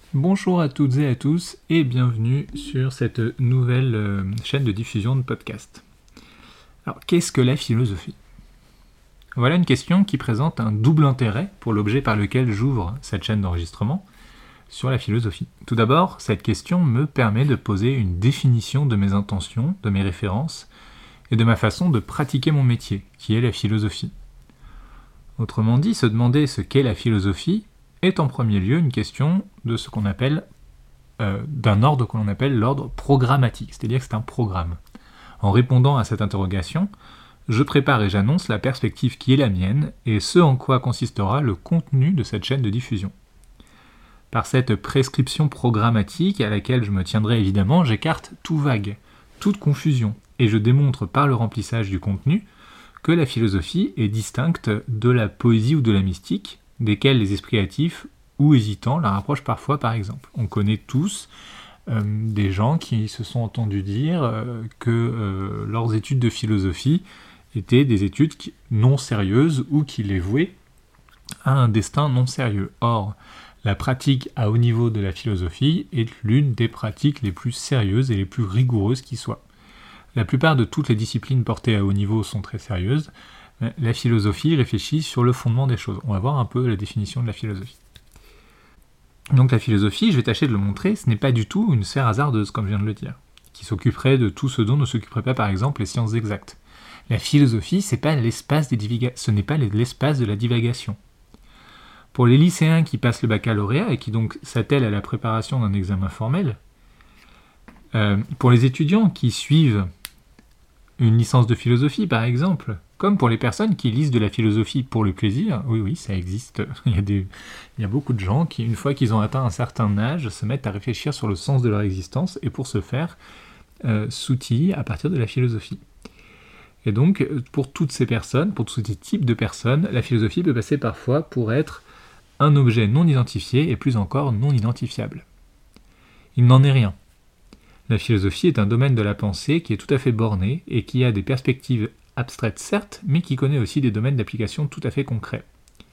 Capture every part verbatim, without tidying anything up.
Bonjour à toutes et à tous et bienvenue sur cette nouvelle euh, chaîne de diffusion de podcast. Alors, qu'est-ce que la philosophie ? Voilà une question qui présente un double intérêt pour l'objet par lequel j'ouvre cette chaîne d'enregistrement sur la philosophie. Tout d'abord, cette question me permet de poser une définition de mes intentions, de mes références et de ma façon de pratiquer mon métier, qui est la philosophie. Autrement dit, se demander ce qu'est la philosophie est en premier lieu une question de ce qu'on appelle, euh, d'un ordre que l'on appelle l'ordre programmatique, c'est-à-dire que c'est un programme. En répondant à cette interrogation, je prépare et j'annonce la perspective qui est la mienne et ce en quoi consistera le contenu de cette chaîne de diffusion. Par cette prescription programmatique à laquelle je me tiendrai évidemment, j'écarte tout vague, toute confusion, et je démontre par le remplissage du contenu que la philosophie est distincte de la poésie ou de la mystique, desquels les esprits hâtifs ou hésitants la rapprochent parfois par exemple. On connaît tous euh, des gens qui se sont entendus dire euh, que euh, leurs études de philosophie étaient des études qui, non sérieuses ou qui les vouaient à un destin non sérieux. Or, la pratique à haut niveau de la philosophie est l'une des pratiques les plus sérieuses et les plus rigoureuses qui soient. La plupart de toutes les disciplines portées à haut niveau sont très sérieuses. La philosophie réfléchit sur le fondement des choses. On va voir un peu la définition de la philosophie. Donc la philosophie, je vais tâcher de le montrer, ce n'est pas du tout une sphère hasardeuse, comme je viens de le dire, qui s'occuperait de tout ce dont ne s'occuperaient pas par exemple les sciences exactes. La philosophie, c'est pas l'espace des divaga... ce n'est pas l'espace de la divagation. Pour les lycéens qui passent le baccalauréat et qui donc s'attellent à la préparation d'un examen formel, euh, pour les étudiants qui suivent une licence de philosophie par exemple, comme pour les personnes qui lisent de la philosophie pour le plaisir, oui, oui, ça existe. Il y a des, il y a beaucoup de gens qui, une fois qu'ils ont atteint un certain âge, se mettent à réfléchir sur le sens de leur existence et pour ce faire, euh, s'outillent à partir de la philosophie. Et donc, pour toutes ces personnes, pour tous ces types de personnes, la philosophie peut passer parfois pour être un objet non identifié et plus encore non identifiable. Il n'en est rien. La philosophie est un domaine de la pensée qui est tout à fait borné et qui a des perspectives abstraite certes, mais qui connaît aussi des domaines d'application tout à fait concrets.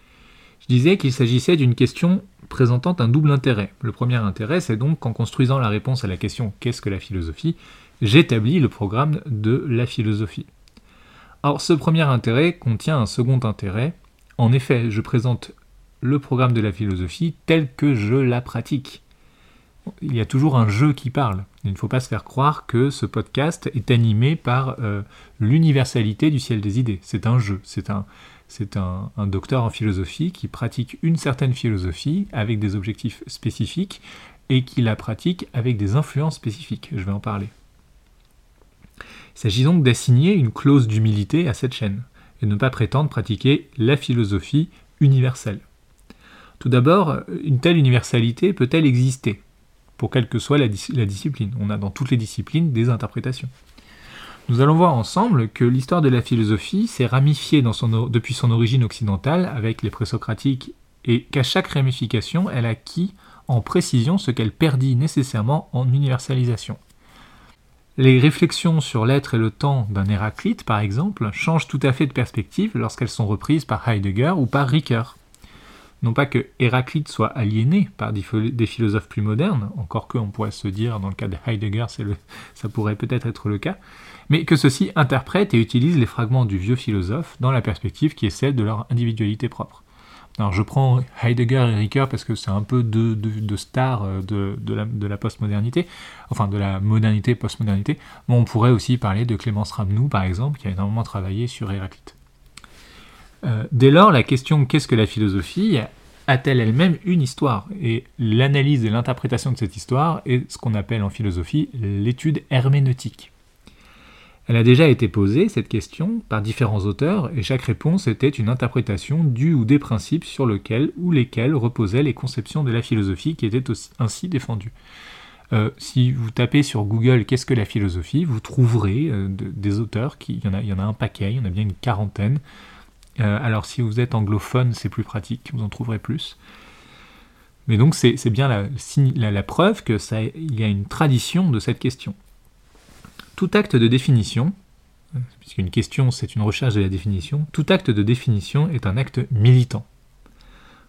Je disais qu'il s'agissait d'une question présentant un double intérêt. Le premier intérêt, c'est donc qu'en construisant la réponse à la question « Qu'est-ce que la philosophie ?», j'établis le programme de la philosophie. Or, ce premier intérêt contient un second intérêt. En effet, je présente le programme de la philosophie tel que je la pratique. Il y a toujours un jeu qui parle. Il ne faut pas se faire croire que ce podcast est animé par euh, l'universalité du ciel des idées. C'est un jeu, c'est, un, c'est un, un docteur en philosophie qui pratique une certaine philosophie avec des objectifs spécifiques et qui la pratique avec des influences spécifiques. Je vais en parler. Il s'agit donc d'assigner une clause d'humilité à cette chaîne et de ne pas prétendre pratiquer la philosophie universelle. Tout d'abord, une telle universalité peut-elle exister ? Pour quelle que soit la, dis- la discipline. On a dans toutes les disciplines des interprétations. Nous allons voir ensemble que l'histoire de la philosophie s'est ramifiée dans son or- depuis son origine occidentale avec les présocratiques et qu'à chaque ramification, elle acquit en précision ce qu'elle perdit nécessairement en universalisation. Les réflexions sur l'être et le temps d'un Héraclite, par exemple, changent tout à fait de perspective lorsqu'elles sont reprises par Heidegger ou par Ricoeur. Non pas que Héraclite soit aliéné par des philosophes plus modernes, encore que on pourrait se dire, dans le cas de Heidegger, c'est le, ça pourrait peut-être être le cas, mais que ceux-ci interprètent et utilisent les fragments du vieux philosophe dans la perspective qui est celle de leur individualité propre. Alors je prends Heidegger et Ricoeur parce que c'est un peu deux de, de stars de, de, la, de la postmodernité, enfin de la modernité postmodernité, mais on pourrait aussi parler de Clémence Ramnou, par exemple, qui a énormément travaillé sur Héraclite. Euh, dès lors, la question « Qu'est-ce que la philosophie ?» a-t-elle elle-même une histoire ? Et l'analyse et l'interprétation de cette histoire est ce qu'on appelle en philosophie l'étude herméneutique. Elle a déjà été posée, cette question, par différents auteurs, et chaque réponse était une interprétation du ou des principes sur lesquels ou lesquels reposaient les conceptions de la philosophie qui étaient aussi, ainsi défendues. Euh, si vous tapez sur Google « Qu'est-ce que la philosophie ?», vous trouverez euh, de, des auteurs, qui, il, y en a, il y en a un paquet, il y en a bien une quarantaine. Euh, alors si vous êtes anglophone, c'est plus pratique, vous en trouverez plus. Mais donc c'est, c'est bien la, la, la preuve qu'il y a une tradition de cette question. Tout acte de définition, puisqu'une question c'est une recherche de la définition, tout acte de définition est un acte militant.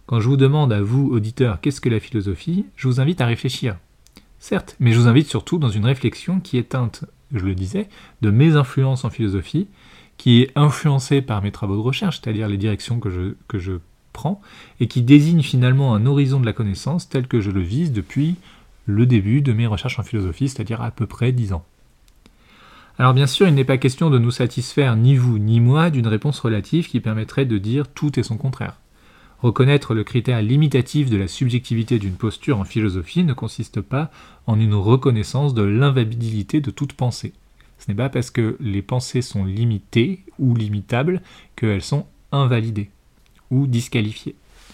Quand je vous demande à vous, auditeurs, qu'est-ce que la philosophie, je vous invite à réfléchir. Certes, mais je vous invite surtout dans une réflexion qui est teinte, je le disais, de mes influences en philosophie, qui est influencée par mes travaux de recherche, c'est-à-dire les directions que je, que je prends, et qui désigne finalement un horizon de la connaissance tel que je le vise depuis le début de mes recherches en philosophie, c'est-à-dire à peu près dix ans. Alors bien sûr, il n'est pas question de nous satisfaire, ni vous ni moi, d'une réponse relative qui permettrait de dire tout et son contraire. Reconnaître le critère limitatif de la subjectivité d'une posture en philosophie ne consiste pas en une reconnaissance de l'invalidité de toute pensée. Ce n'est pas parce que les pensées sont limitées ou limitables qu'elles sont invalidées ou disqualifiées.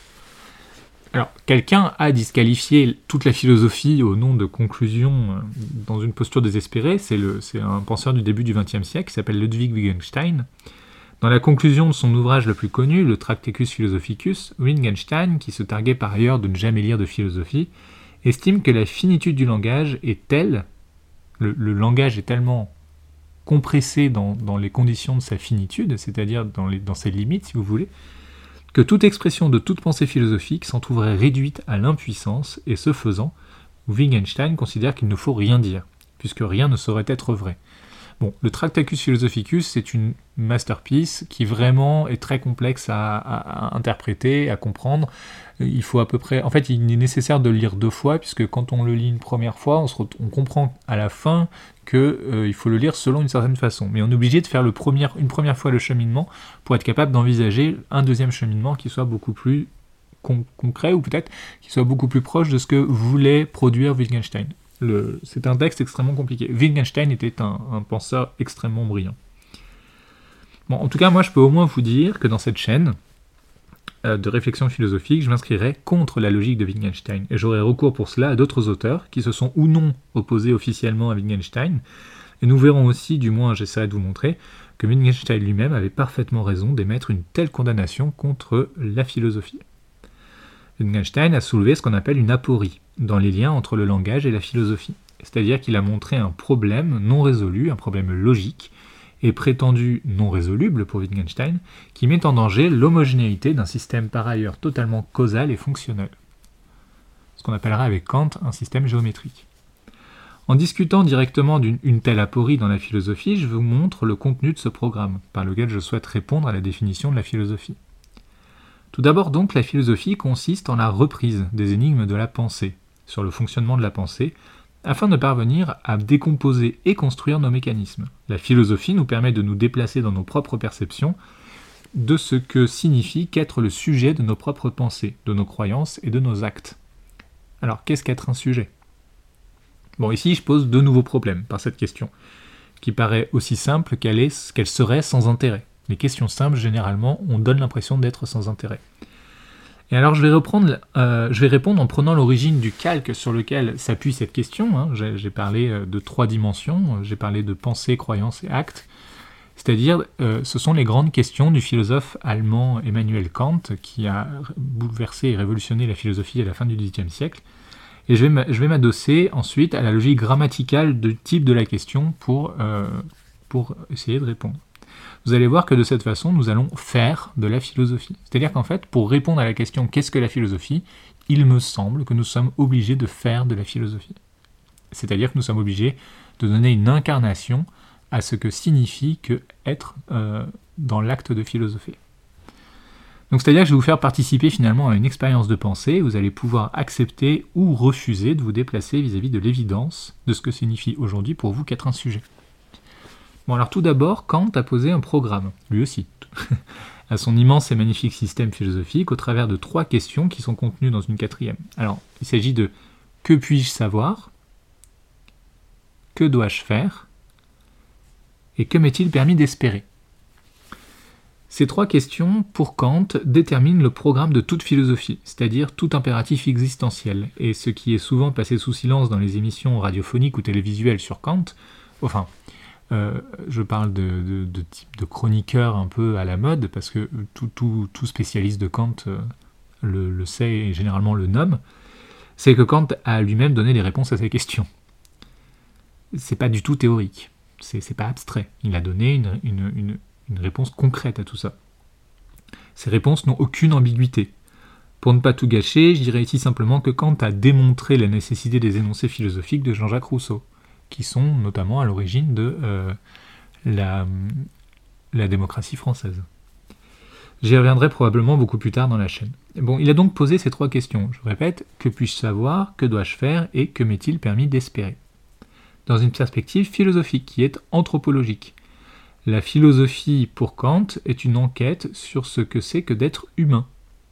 Alors, quelqu'un a disqualifié toute la philosophie au nom de conclusions dans une posture désespérée, c'est, le, c'est un penseur du début du vingtième siècle qui s'appelle Ludwig Wittgenstein. Dans la conclusion de son ouvrage le plus connu, le Tractatus Philosophicus, Wittgenstein, qui se targuait par ailleurs de ne jamais lire de philosophie, estime que la finitude du langage est telle, le, le langage est tellement compressé dans, dans les conditions de sa finitude, c'est-à-dire dans, les, dans ses limites, si vous voulez, que toute expression de toute pensée philosophique s'en trouverait réduite à l'impuissance, et ce faisant, Wittgenstein considère qu'il ne faut rien dire, puisque rien ne saurait être vrai. Bon, le Tractatus Philosophicus, c'est une masterpiece qui vraiment est très complexe à, à, à interpréter, à comprendre. Il faut à peu près... En fait, il est nécessaire de le lire deux fois, puisque quand on le lit une première fois, on, se re... on comprend à la fin qu'il euh, faut le lire selon une certaine façon. Mais on est obligé de faire le premier... une première fois le cheminement pour être capable d'envisager un deuxième cheminement qui soit beaucoup plus con- concret, ou peut-être qui soit beaucoup plus proche de ce que voulait produire Wittgenstein. Le, c'est un texte extrêmement compliqué. Wittgenstein était un, un penseur extrêmement brillant. Bon, en tout cas, moi, je peux au moins vous dire que dans cette chaîne euh, de réflexion philosophique, je m'inscrirai contre la logique de Wittgenstein, et j'aurai recours pour cela à d'autres auteurs qui se sont ou non opposés officiellement à Wittgenstein, et nous verrons aussi, du moins j'essaierai de vous montrer, que Wittgenstein lui-même avait parfaitement raison d'émettre une telle condamnation contre la philosophie. Wittgenstein a soulevé ce qu'on appelle une aporie dans les liens entre le langage et la philosophie. C'est-à-dire qu'il a montré un problème non résolu, un problème logique, et prétendu non résoluble pour Wittgenstein, qui met en danger l'homogénéité d'un système par ailleurs totalement causal et fonctionnel. Ce qu'on appellera avec Kant un système géométrique. En discutant directement d'une une telle aporie dans la philosophie, je vous montre le contenu de ce programme, par lequel je souhaite répondre à la définition de la philosophie. Tout d'abord donc, la philosophie consiste en la reprise des énigmes de la pensée, sur le fonctionnement de la pensée, afin de parvenir à décomposer et construire nos mécanismes. La philosophie nous permet de nous déplacer dans nos propres perceptions de ce que signifie qu'être le sujet de nos propres pensées, de nos croyances et de nos actes. Alors, qu'est-ce qu'être un sujet ? Bon, ici, je pose deux nouveaux problèmes par cette question, qui paraît aussi simple qu'elle est, qu'elle serait sans intérêt. Les questions simples, généralement, on donne l'impression d'être sans intérêt. Et alors, je vais, reprendre, euh, je vais répondre en prenant l'origine du calque sur lequel s'appuie cette question. Hein. J'ai, j'ai parlé de trois dimensions, j'ai parlé de pensée, croyance et acte. C'est-à-dire, euh, ce sont les grandes questions du philosophe allemand Emmanuel Kant, qui a bouleversé et révolutionné la philosophie à la fin du dix-huitième siècle. Et je vais, je vais m'adosser ensuite à la logique grammaticale du type de la question pour, euh, pour essayer de répondre. Vous allez voir que de cette façon, nous allons faire de la philosophie. C'est-à-dire qu'en fait, pour répondre à la question « qu'est-ce que la philosophie ?», il me semble que nous sommes obligés de faire de la philosophie. C'est-à-dire que nous sommes obligés de donner une incarnation à ce que signifie que être euh, dans l'acte de philosopher. Donc c'est-à-dire que je vais vous faire participer finalement à une expérience de pensée, vous allez pouvoir accepter ou refuser de vous déplacer vis-à-vis de l'évidence de ce que signifie aujourd'hui pour vous qu'être un sujet. Bon, alors tout d'abord, Kant a posé un programme, lui aussi, à son immense et magnifique système philosophique au travers de trois questions qui sont contenues dans une quatrième. Alors, il s'agit de « que puis-je savoir ? Que dois-je faire ? Et que m'est-il permis d'espérer ?» Ces trois questions, pour Kant, déterminent le programme de toute philosophie, c'est-à-dire tout impératif existentiel, et ce qui est souvent passé sous silence dans les émissions radiophoniques ou télévisuelles sur Kant, enfin... Euh, je parle de, de, de type de chroniqueur un peu à la mode, parce que tout, tout, tout spécialiste de Kant euh, le, le sait et généralement le nomme, c'est que Kant a lui-même donné les réponses à ces questions. C'est pas du tout théorique, c'est, c'est pas abstrait. Il a donné une, une, une, une réponse concrète à tout ça. Ces réponses n'ont aucune ambiguïté. Pour ne pas tout gâcher, je dirais ici simplement que Kant a démontré la nécessité des énoncés philosophiques de Jean-Jacques Rousseau, qui sont notamment à l'origine de euh, la, la démocratie française. J'y reviendrai probablement beaucoup plus tard dans la chaîne. Bon, il a donc posé ces trois questions. Je répète, que puis-je savoir, que dois-je faire et que m'est-il permis d'espérer ? Dans une perspective philosophique qui est anthropologique. La philosophie, pour Kant, est une enquête sur ce que c'est que d'être humain.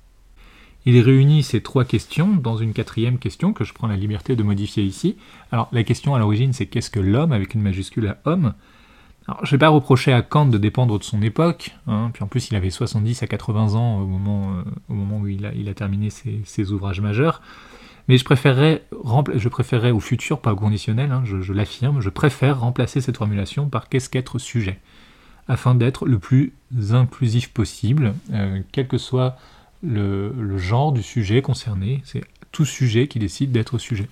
Il réunit ces trois questions dans une quatrième question que je prends la liberté de modifier ici. Alors, la question à l'origine, c'est qu'est-ce que l'homme, avec une majuscule à homme ? Alors, je ne vais pas reprocher à Kant de dépendre de son époque, hein, puis en plus il avait soixante-dix à quatre-vingts ans au moment, euh, au moment où il a, il a terminé ses, ses ouvrages majeurs, mais je préférerais, rempla- je préférerais au futur, pas au conditionnel, hein, je, je l'affirme, je préfère remplacer cette formulation par qu'est-ce qu'être sujet, afin d'être le plus inclusif possible, euh, quel que soit le, le genre du sujet concerné, c'est tout sujet qui décide d'être sujet.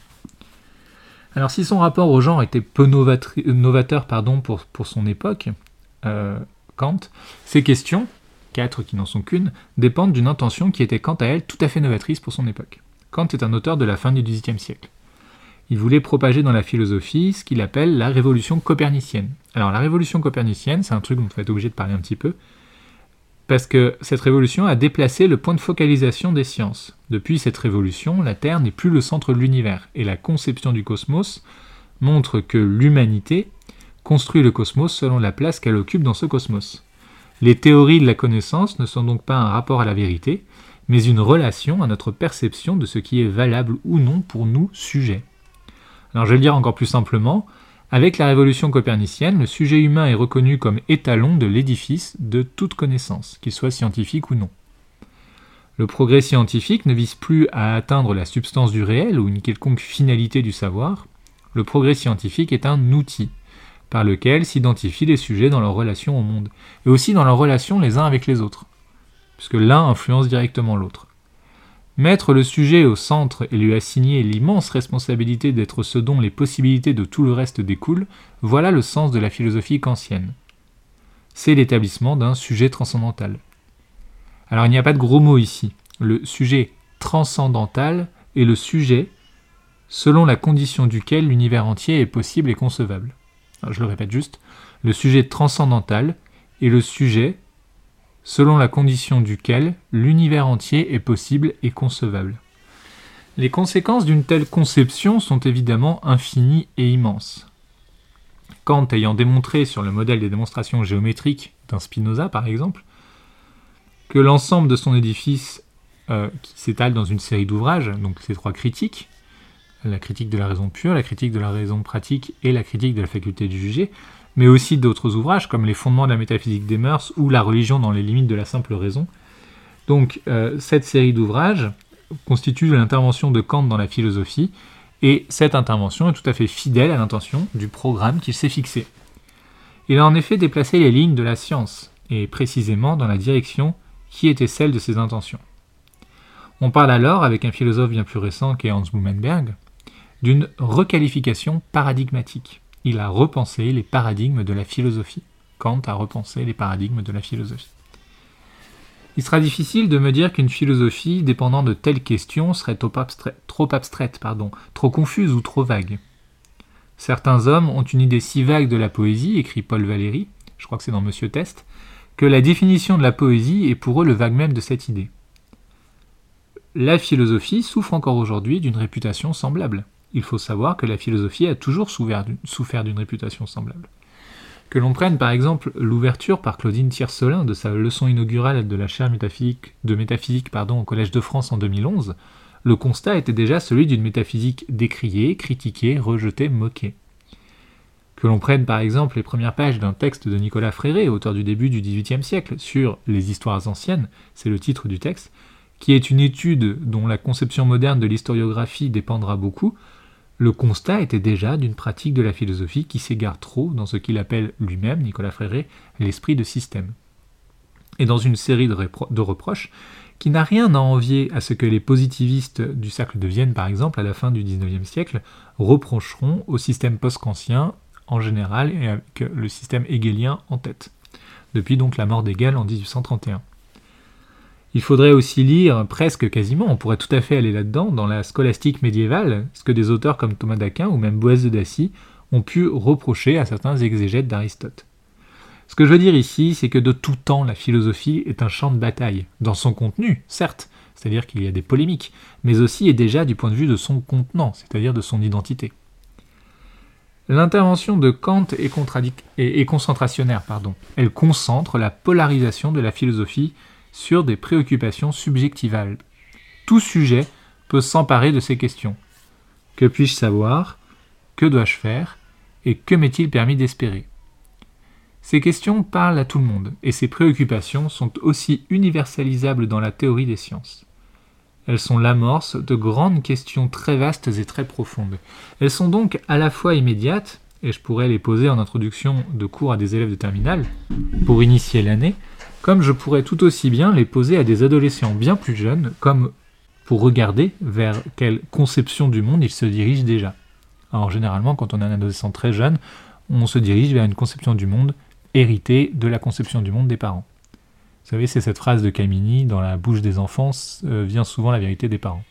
Alors si son rapport au genre était peu novatri- novateur pardon, pour, pour son époque, euh, Kant, ces questions, quatre qui n'en sont qu'une, dépendent d'une intention qui était quant à elle tout à fait novatrice pour son époque. Kant est un auteur de la fin du dix-huitième siècle. Il voulait propager dans la philosophie ce qu'il appelle la révolution copernicienne. Alors la révolution copernicienne, c'est un truc dont on va être obligé de parler un petit peu, parce que cette révolution a déplacé le point de focalisation des sciences. Depuis cette révolution, la Terre n'est plus le centre de l'univers, et la conception du cosmos montre que l'humanité construit le cosmos selon la place qu'elle occupe dans ce cosmos. Les théories de la connaissance ne sont donc pas un rapport à la vérité, mais une relation à notre perception de ce qui est valable ou non pour nous, sujets. Alors je vais le dire encore plus simplement, avec la révolution copernicienne, le sujet humain est reconnu comme étalon de l'édifice de toute connaissance, qu'il soit scientifique ou non. Le progrès scientifique ne vise plus à atteindre la substance du réel ou une quelconque finalité du savoir. Le progrès scientifique est un outil par lequel s'identifient les sujets dans leur relation au monde, et aussi dans leur relation les uns avec les autres, puisque l'un influence directement l'autre. Mettre le sujet au centre et lui assigner l'immense responsabilité d'être ce dont les possibilités de tout le reste découlent, voilà le sens de la philosophie kantienne. C'est l'établissement d'un sujet transcendantal. Alors il n'y a pas de gros mots ici. Le sujet transcendantal est le sujet selon la condition duquel l'univers entier est possible et concevable. Alors, je le répète juste, le sujet transcendantal est le sujet selon la condition duquel l'univers entier est possible et concevable. Les conséquences d'une telle conception sont évidemment infinies et immenses. Kant ayant démontré sur le modèle des démonstrations géométriques d'un Spinoza par exemple, que l'ensemble de son édifice euh, qui s'étale dans une série d'ouvrages, donc ces trois critiques, la critique de la raison pure, la critique de la raison pratique et la critique de la faculté de juger, mais aussi d'autres ouvrages comme les fondements de la métaphysique des mœurs ou la religion dans les limites de la simple raison. Donc euh, cette série d'ouvrages constitue l'intervention de Kant dans la philosophie, et cette intervention est tout à fait fidèle à l'intention du programme qu'il s'est fixé. Il a en effet déplacé les lignes de la science, et précisément dans la direction qui était celle de ses intentions. On parle alors, avec un philosophe bien plus récent qu'est Hans Blumenberg, d'une requalification paradigmatique. Il a repensé les paradigmes de la philosophie. Kant a repensé les paradigmes de la philosophie. Il sera difficile de me dire qu'une philosophie dépendant de telles questions serait trop abstraite, trop, abstraite, pardon, trop confuse ou trop vague. Certains hommes ont une idée si vague de la poésie, écrit Paul Valéry, je crois que c'est dans Monsieur Test, que la définition de la poésie est pour eux le vague même de cette idée. La philosophie souffre encore aujourd'hui d'une réputation semblable. Il faut savoir que la philosophie a toujours souffert d'une réputation semblable. Que l'on prenne par exemple l'ouverture par Claudine Tiercelin de sa leçon inaugurale de la chaire métaphysique, de métaphysique pardon, au Collège de France en deux mille onze, le constat était déjà celui d'une métaphysique décriée, critiquée, rejetée, moquée. Que l'on prenne par exemple les premières pages d'un texte de Nicolas Fréré, auteur du début du dix-huitième siècle, sur les histoires anciennes, c'est le titre du texte, qui est une étude dont la conception moderne de l'historiographie dépendra beaucoup. Le constat était déjà d'une pratique de la philosophie qui s'égare trop dans ce qu'il appelle lui-même, Nicolas Fréré, l'esprit de système. Et dans une série de, repro- de reproches qui n'a rien à envier à ce que les positivistes du cercle de Vienne, par exemple, à la fin du dix-neuvième siècle, reprocheront au système post-kantien en général et avec le système hegelien en tête, depuis donc la mort d'Hegel en dix-huit cent trente et un. Il faudrait aussi lire, presque quasiment, on pourrait tout à fait aller là-dedans, dans la scolastique médiévale, ce que des auteurs comme Thomas d'Aquin ou même Boès de Dacy ont pu reprocher à certains exégètes d'Aristote. Ce que je veux dire ici, c'est que de tout temps, la philosophie est un champ de bataille, dans son contenu, certes, c'est-à-dire qu'il y a des polémiques, mais aussi et déjà du point de vue de son contenant, c'est-à-dire de son identité. L'intervention de Kant est, contradic- est, est concentrationnaire, pardon. Elle concentre la polarisation de la philosophie sur des préoccupations subjectivales. Tout sujet peut s'emparer de ces questions. Que puis-je savoir ? Que dois-je faire ? Et que m'est-il permis d'espérer ? Ces questions parlent à tout le monde, et ces préoccupations sont aussi universalisables dans la théorie des sciences. Elles sont l'amorce de grandes questions très vastes et très profondes. Elles sont donc à la fois immédiates, et je pourrais les poser en introduction de cours à des élèves de terminale, pour initier l'année, comme je pourrais tout aussi bien les poser à des adolescents bien plus jeunes, comme pour regarder vers quelle conception du monde ils se dirigent déjà. Alors généralement, quand on est un adolescent très jeune, on se dirige vers une conception du monde héritée de la conception du monde des parents. Vous savez, c'est cette phrase de Camini, dans la bouche des enfants euh, vient souvent la vérité des parents.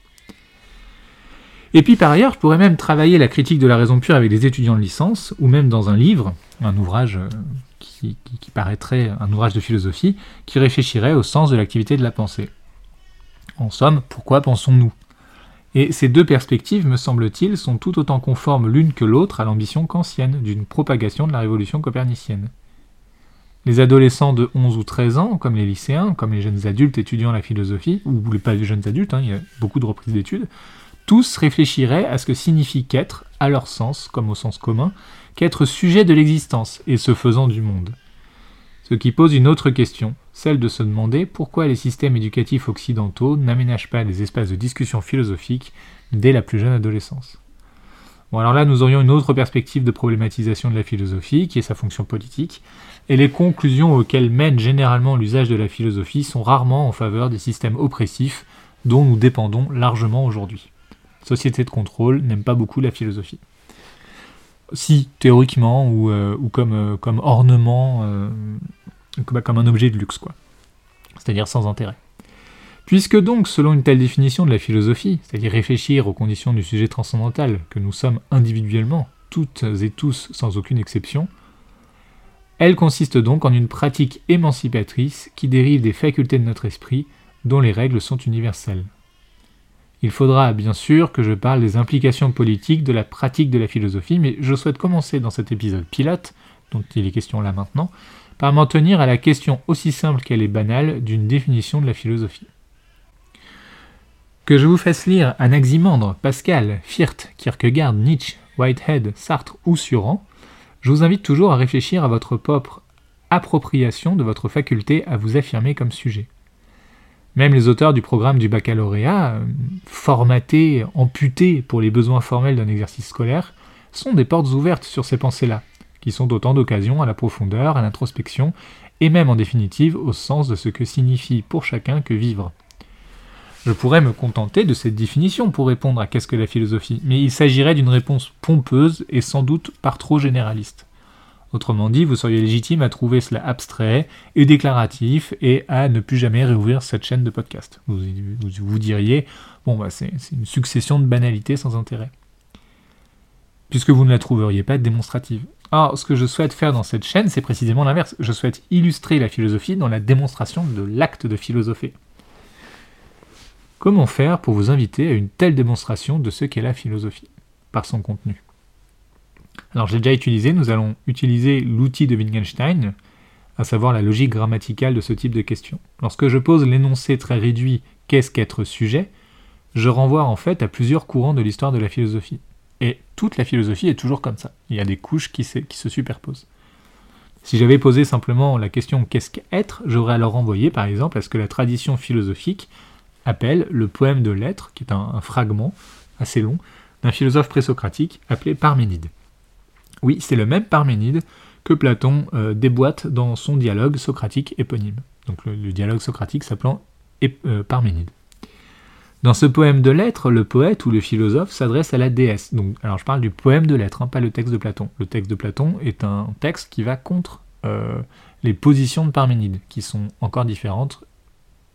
Et puis par ailleurs, je pourrais même travailler la critique de la raison pure avec des étudiants de licence, ou même dans un livre, un ouvrage euh, qui, qui, qui paraîtrait un ouvrage de philosophie, qui réfléchirait au sens de l'activité de la pensée. En somme, pourquoi pensons-nous ? Et ces deux perspectives, me semble-t-il, sont tout autant conformes l'une que l'autre à l'ambition kantienne d'une propagation de la révolution copernicienne. Les adolescents de onze ou treize ans, comme les lycéens, comme les jeunes adultes étudiant la philosophie, ou les pas les jeunes adultes, hein, il y a beaucoup de reprises d'études, tous réfléchiraient à ce que signifie qu'être, à leur sens, comme au sens commun, qu'être sujet de l'existence et se faisant du monde. Ce qui pose une autre question, celle de se demander pourquoi les systèmes éducatifs occidentaux n'aménagent pas des espaces de discussion philosophique dès la plus jeune adolescence. Bon, alors là, nous aurions une autre perspective de problématisation de la philosophie, qui est sa fonction politique, et les conclusions auxquelles mène généralement l'usage de la philosophie sont rarement en faveur des systèmes oppressifs dont nous dépendons largement aujourd'hui. La société de contrôle n'aime pas beaucoup la philosophie. Si, théoriquement, ou, euh, ou comme, euh, comme ornement, euh, comme, comme un objet de luxe, quoi. C'est-à-dire sans intérêt. Puisque donc, selon une telle définition de la philosophie, c'est-à-dire réfléchir aux conditions du sujet transcendantal que nous sommes individuellement, toutes et tous sans aucune exception, elle consiste donc en une pratique émancipatrice qui dérive des facultés de notre esprit dont les règles sont universelles. Il faudra bien sûr que je parle des implications politiques de la pratique de la philosophie, mais je souhaite commencer dans cet épisode pilote, dont il est question là maintenant, par m'en tenir à la question aussi simple qu'elle est banale d'une définition de la philosophie. Que je vous fasse lire Anaximandre, Pascal, Fichte, Kierkegaard, Nietzsche, Whitehead, Sartre ou Sioran, je vous invite toujours à réfléchir à votre propre appropriation de votre faculté à vous affirmer comme sujet. Même les auteurs du programme du baccalauréat, euh, formatés, amputés pour les besoins formels d'un exercice scolaire, sont des portes ouvertes sur ces pensées-là, qui sont autant d'occasions à la profondeur, à l'introspection, et même en définitive au sens de ce que signifie pour chacun que vivre. Je pourrais me contenter de cette définition pour répondre à qu'est-ce que la philosophie, mais il s'agirait d'une réponse pompeuse et sans doute par trop généraliste. Autrement dit, vous seriez légitime à trouver cela abstrait et déclaratif et à ne plus jamais réouvrir cette chaîne de podcast. Vous vous, vous diriez, bon bah c'est, c'est une succession de banalités sans intérêt. Puisque vous ne la trouveriez pas démonstrative. Or, ce que je souhaite faire dans cette chaîne, c'est précisément l'inverse. Je souhaite illustrer la philosophie dans la démonstration de l'acte de philosopher. Comment faire pour vous inviter à une telle démonstration de ce qu'est la philosophie, par son contenu ? Alors j'ai déjà utilisé, nous allons utiliser l'outil de Wittgenstein, à savoir la logique grammaticale de ce type de question. Lorsque je pose l'énoncé très réduit « qu'est-ce qu'être sujet ?», je renvoie en fait à plusieurs courants de l'histoire de la philosophie. Et toute la philosophie est toujours comme ça, il y a des couches qui se, qui se superposent. Si j'avais posé simplement la question « qu'est-ce qu'être ?», j'aurais alors renvoyé par exemple à ce que la tradition philosophique appelle le poème de l'être, qui est un, un fragment assez long, d'un philosophe présocratique appelé Parménide. Oui, c'est le même Parménide que Platon euh, déboîte dans son dialogue socratique éponyme. Donc le, le dialogue socratique s'appelant euh, Parménide. Dans ce poème de l'être, le poète ou le philosophe s'adresse à la déesse. Donc, alors je parle du poème de l'être, hein, pas le texte de Platon. Le texte de Platon est un texte qui va contre euh, les positions de Parménide, qui sont encore différentes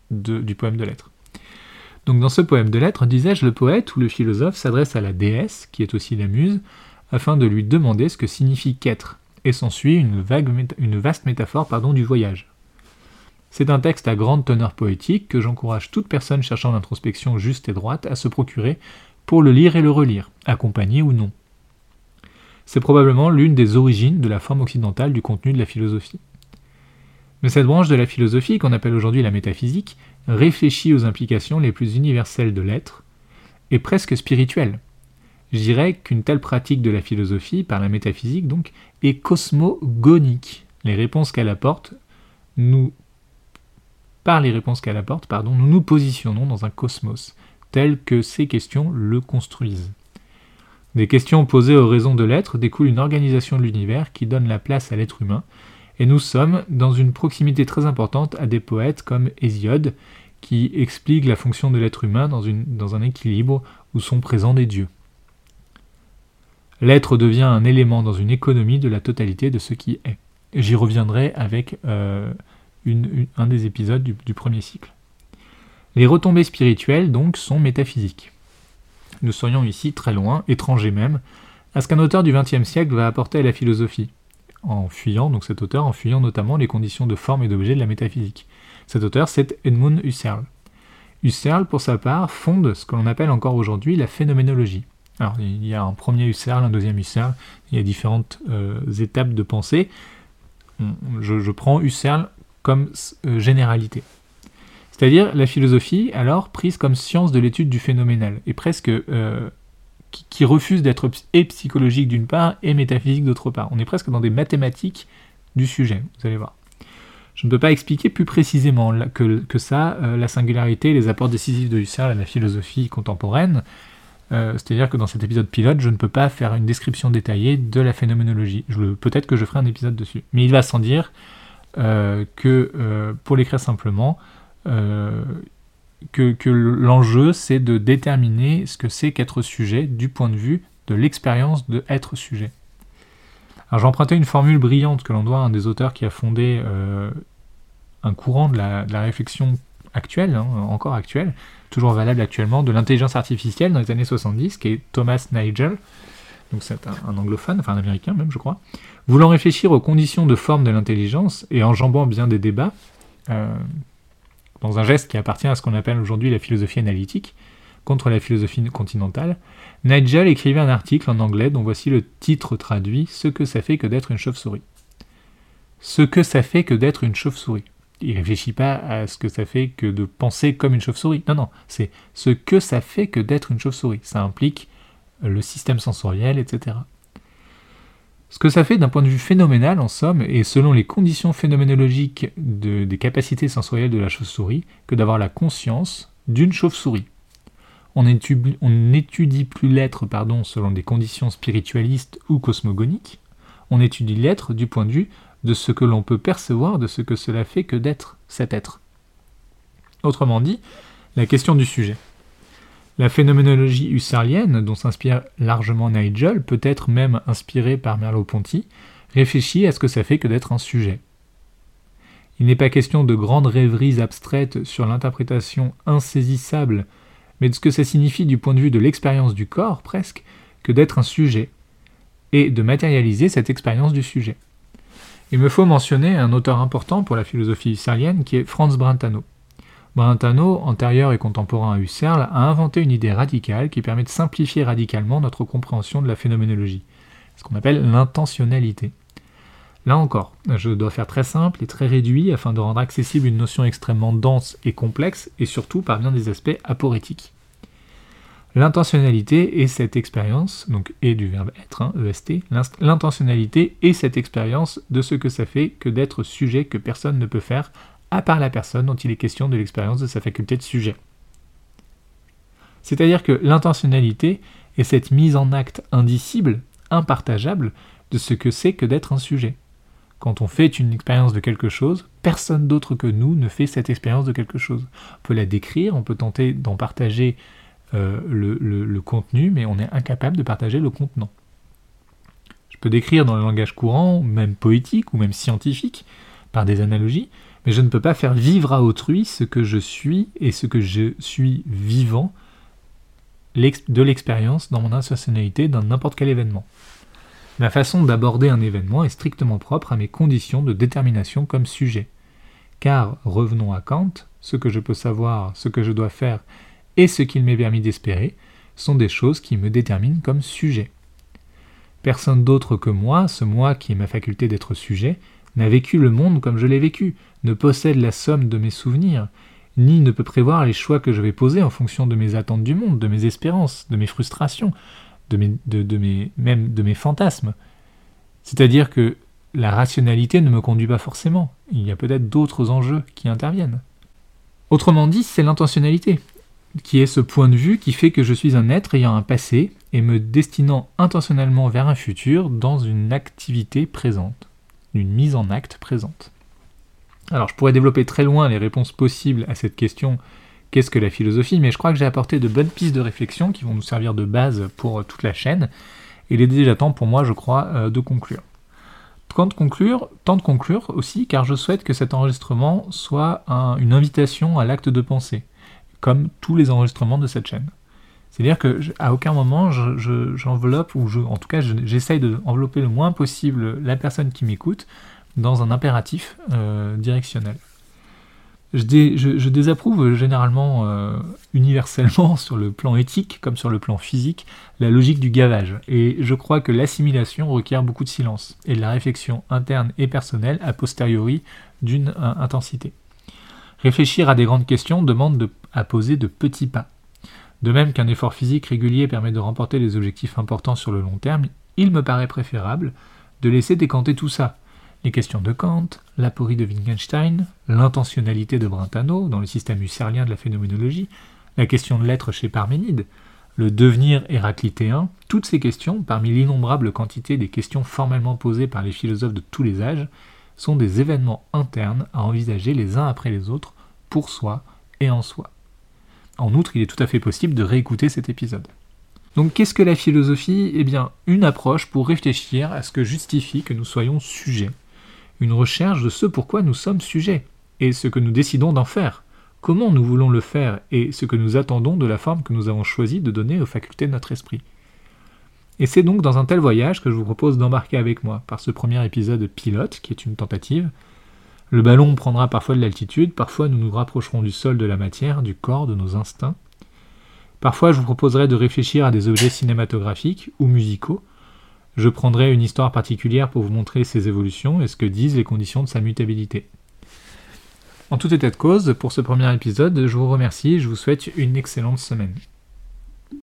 de, du poème de lettres. Donc dans ce poème de lettres, disais-je, le poète ou le philosophe s'adresse à la déesse, qui est aussi la muse, afin de lui demander ce que signifie qu'être, et s'ensuit une, vague méta- une vaste métaphore pardon, du voyage. C'est un texte à grande teneur poétique que j'encourage toute personne cherchant l'introspection juste et droite à se procurer pour le lire et le relire, accompagné ou non. C'est probablement l'une des origines de la forme occidentale du contenu de la philosophie. Mais cette branche de la philosophie, qu'on appelle aujourd'hui la métaphysique, réfléchit aux implications les plus universelles de l'être, et presque spirituelles. Je dirais qu'une telle pratique de la philosophie, par la métaphysique donc, est cosmogonique. Les réponses qu'elle apporte, nous, par les réponses qu'elle apporte, pardon, nous nous positionnons dans un cosmos, tel que ces questions le construisent. Des questions posées aux raisons de l'être découle une organisation de l'univers qui donne la place à l'être humain, et nous sommes dans une proximité très importante à des poètes comme Hésiode, qui expliquent la fonction de l'être humain dans, une, dans un équilibre où sont présents des dieux. L'être devient un élément dans une économie de la totalité de ce qui est. J'y reviendrai avec euh, une, une, un des épisodes du, du premier cycle. Les retombées spirituelles, donc, sont métaphysiques. Nous serions ici très loin, étrangers même, à ce qu'un auteur du vingtième siècle va apporter à la philosophie, en fuyant, donc cet auteur, en fuyant notamment les conditions de forme et d'objet de la métaphysique. Cet auteur, c'est Edmund Husserl. Husserl, pour sa part, fonde ce que l'on appelle encore aujourd'hui la phénoménologie. Alors, il y a un premier Husserl, un deuxième Husserl, il y a différentes euh, étapes de pensée. Je, je prends Husserl comme euh, généralité. C'est-à-dire la philosophie, alors, prise comme science de l'étude du phénoménal, et presque... Euh, qui, qui refuse d'être et psychologique d'une part, et métaphysique d'autre part. On est presque dans des mathématiques du sujet, vous allez voir. Je ne peux pas expliquer plus précisément que, que ça, euh, la singularité et les apports décisifs de Husserl à la philosophie contemporaine. Euh, c'est-à-dire que dans cet épisode pilote, je ne peux pas faire une description détaillée de la phénoménologie. Je le, peut-être que je ferai un épisode dessus. Mais il va sans dire euh, que, euh, pour l'écrire simplement, euh, que, que l'enjeu, c'est de déterminer ce que c'est qu'être sujet du point de vue de l'expérience de être sujet. Alors j'ai emprunté une formule brillante que l'on doit à un des auteurs qui a fondé euh, un courant de la, de la réflexion actuelle, hein, encore actuelle, toujours valable actuellement, de l'intelligence artificielle dans les années soixante-dix, qui est Thomas Nagel, donc c'est un, un anglophone, enfin un américain même je crois, voulant réfléchir aux conditions de forme de l'intelligence et enjambant bien des débats, euh, dans un geste qui appartient à ce qu'on appelle aujourd'hui la philosophie analytique, contre la philosophie continentale, Nagel écrivait un article en anglais dont voici le titre traduit « Ce que ça fait que d'être une chauve-souris ». Ce que ça fait que d'être une chauve-souris. Il ne réfléchit pas à ce que ça fait que de penser comme une chauve-souris. Non, non, c'est ce que ça fait que d'être une chauve-souris. Ça implique le système sensoriel, et cetera. Ce que ça fait d'un point de vue phénoménal, en somme, et selon les conditions phénoménologiques de, des capacités sensorielles de la chauve-souris, que d'avoir la conscience d'une chauve-souris. On n'étudie, on n'étudie plus l'être pardon, selon des conditions spiritualistes ou cosmogoniques, on étudie l'être du point de vue de ce que l'on peut percevoir de ce que cela fait que d'être cet être. Autrement dit, la question du sujet. La phénoménologie husserlienne, dont s'inspire largement Nagel, peut-être même inspirée par Merleau-Ponty, réfléchit à ce que ça fait que d'être un sujet. Il n'est pas question de grandes rêveries abstraites sur l'interprétation insaisissable, mais de ce que ça signifie du point de vue de l'expérience du corps, presque, que d'être un sujet, et de matérialiser cette expérience du sujet. Il me faut mentionner un auteur important pour la philosophie husserlienne qui est Franz Brentano. Brentano, antérieur et contemporain à Husserl, a inventé une idée radicale qui permet de simplifier radicalement notre compréhension de la phénoménologie, ce qu'on appelle l'intentionnalité. Là encore, je dois faire très simple et très réduit afin de rendre accessible une notion extrêmement dense et complexe, et surtout par bien des aspects aporétiques. L'intentionnalité est cette expérience, donc et du verbe être, hein, E S T, l'intentionnalité est cette expérience de ce que ça fait que d'être sujet que personne ne peut faire, à part la personne dont il est question de l'expérience de sa faculté de sujet. C'est-à-dire que l'intentionnalité est cette mise en acte indicible, impartageable, de ce que c'est que d'être un sujet. Quand on fait une expérience de quelque chose, personne d'autre que nous ne fait cette expérience de quelque chose. On peut la décrire, on peut tenter d'en partager euh, le, le, le contenu, mais on est incapable de partager le contenant. Je peux décrire dans le langage courant, même poétique ou même scientifique, par des analogies, mais je ne peux pas faire vivre à autrui ce que je suis et ce que je suis vivant de l'expérience dans mon intentionnalité dans n'importe quel événement. Ma façon d'aborder un événement est strictement propre à mes conditions de détermination comme sujet. Car, revenons à Kant, ce que je peux savoir, ce que je dois faire et ce qu'il m'est permis d'espérer sont des choses qui me déterminent comme sujet. Personne d'autre que moi, ce moi qui est ma faculté d'être sujet, n'a vécu le monde comme je l'ai vécu, ne possède la somme de mes souvenirs, ni ne peut prévoir les choix que je vais poser en fonction de mes attentes du monde, de mes espérances, de mes frustrations, de mes, de, de mes, même de mes fantasmes. C'est-à-dire que la rationalité ne me conduit pas forcément, il y a peut-être d'autres enjeux qui interviennent. Autrement dit, c'est l'intentionnalité, qui est ce point de vue qui fait que je suis un être ayant un passé et me destinant intentionnellement vers un futur dans une activité présente, une mise en acte présente. Alors, je pourrais développer très loin les réponses possibles à cette question « Qu'est-ce que la philosophie ?» mais je crois que j'ai apporté de bonnes pistes de réflexion qui vont nous servir de base pour toute la chaîne, et il est déjà temps pour moi, je crois, de conclure. Quand de conclure, temps de conclure aussi, car je souhaite que cet enregistrement soit un, une invitation à l'acte de pensée, comme tous les enregistrements de cette chaîne. C'est-à-dire qu'à aucun moment, je, je, j'enveloppe, ou je, en tout cas, je, j'essaye d'envelopper le moins possible la personne qui m'écoute dans un impératif euh, directionnel. Je, dé, je, je désapprouve généralement, euh, universellement, sur le plan éthique, comme sur le plan physique, la logique du gavage. Et je crois que l'assimilation requiert beaucoup de silence, et de la réflexion interne et personnelle a posteriori d'une euh, intensité. Réfléchir à des grandes questions demande de, à poser de petits pas. De même qu'un effort physique régulier permet de remporter des objectifs importants sur le long terme, il me paraît préférable de laisser décanter tout ça. Les questions de Kant, l'aporie de Wittgenstein, l'intentionnalité de Brentano dans le système husserlien de la phénoménologie, la question de l'être chez Parménide, le devenir héraclitéen, toutes ces questions, parmi l'innombrable quantité des questions formellement posées par les philosophes de tous les âges, sont des événements internes à envisager les uns après les autres, pour soi et en soi. En outre, il est tout à fait possible de réécouter cet épisode. Donc qu'est-ce que la philosophie ? Eh bien, une approche pour réfléchir à ce que justifie que nous soyons sujets. Une recherche de ce pourquoi nous sommes sujets, et ce que nous décidons d'en faire, comment nous voulons le faire, et ce que nous attendons de la forme que nous avons choisi de donner aux facultés de notre esprit. Et c'est donc dans un tel voyage que je vous propose d'embarquer avec moi, par ce premier épisode pilote, qui est une tentative. Le ballon prendra parfois de l'altitude, parfois nous nous rapprocherons du sol, de la matière, du corps, de nos instincts. Parfois je vous proposerai de réfléchir à des objets cinématographiques ou musicaux. Je prendrai une histoire particulière pour vous montrer ses évolutions et ce que disent les conditions de sa mutabilité. En tout état de cause, pour ce premier épisode, je vous remercie et je vous souhaite une excellente semaine.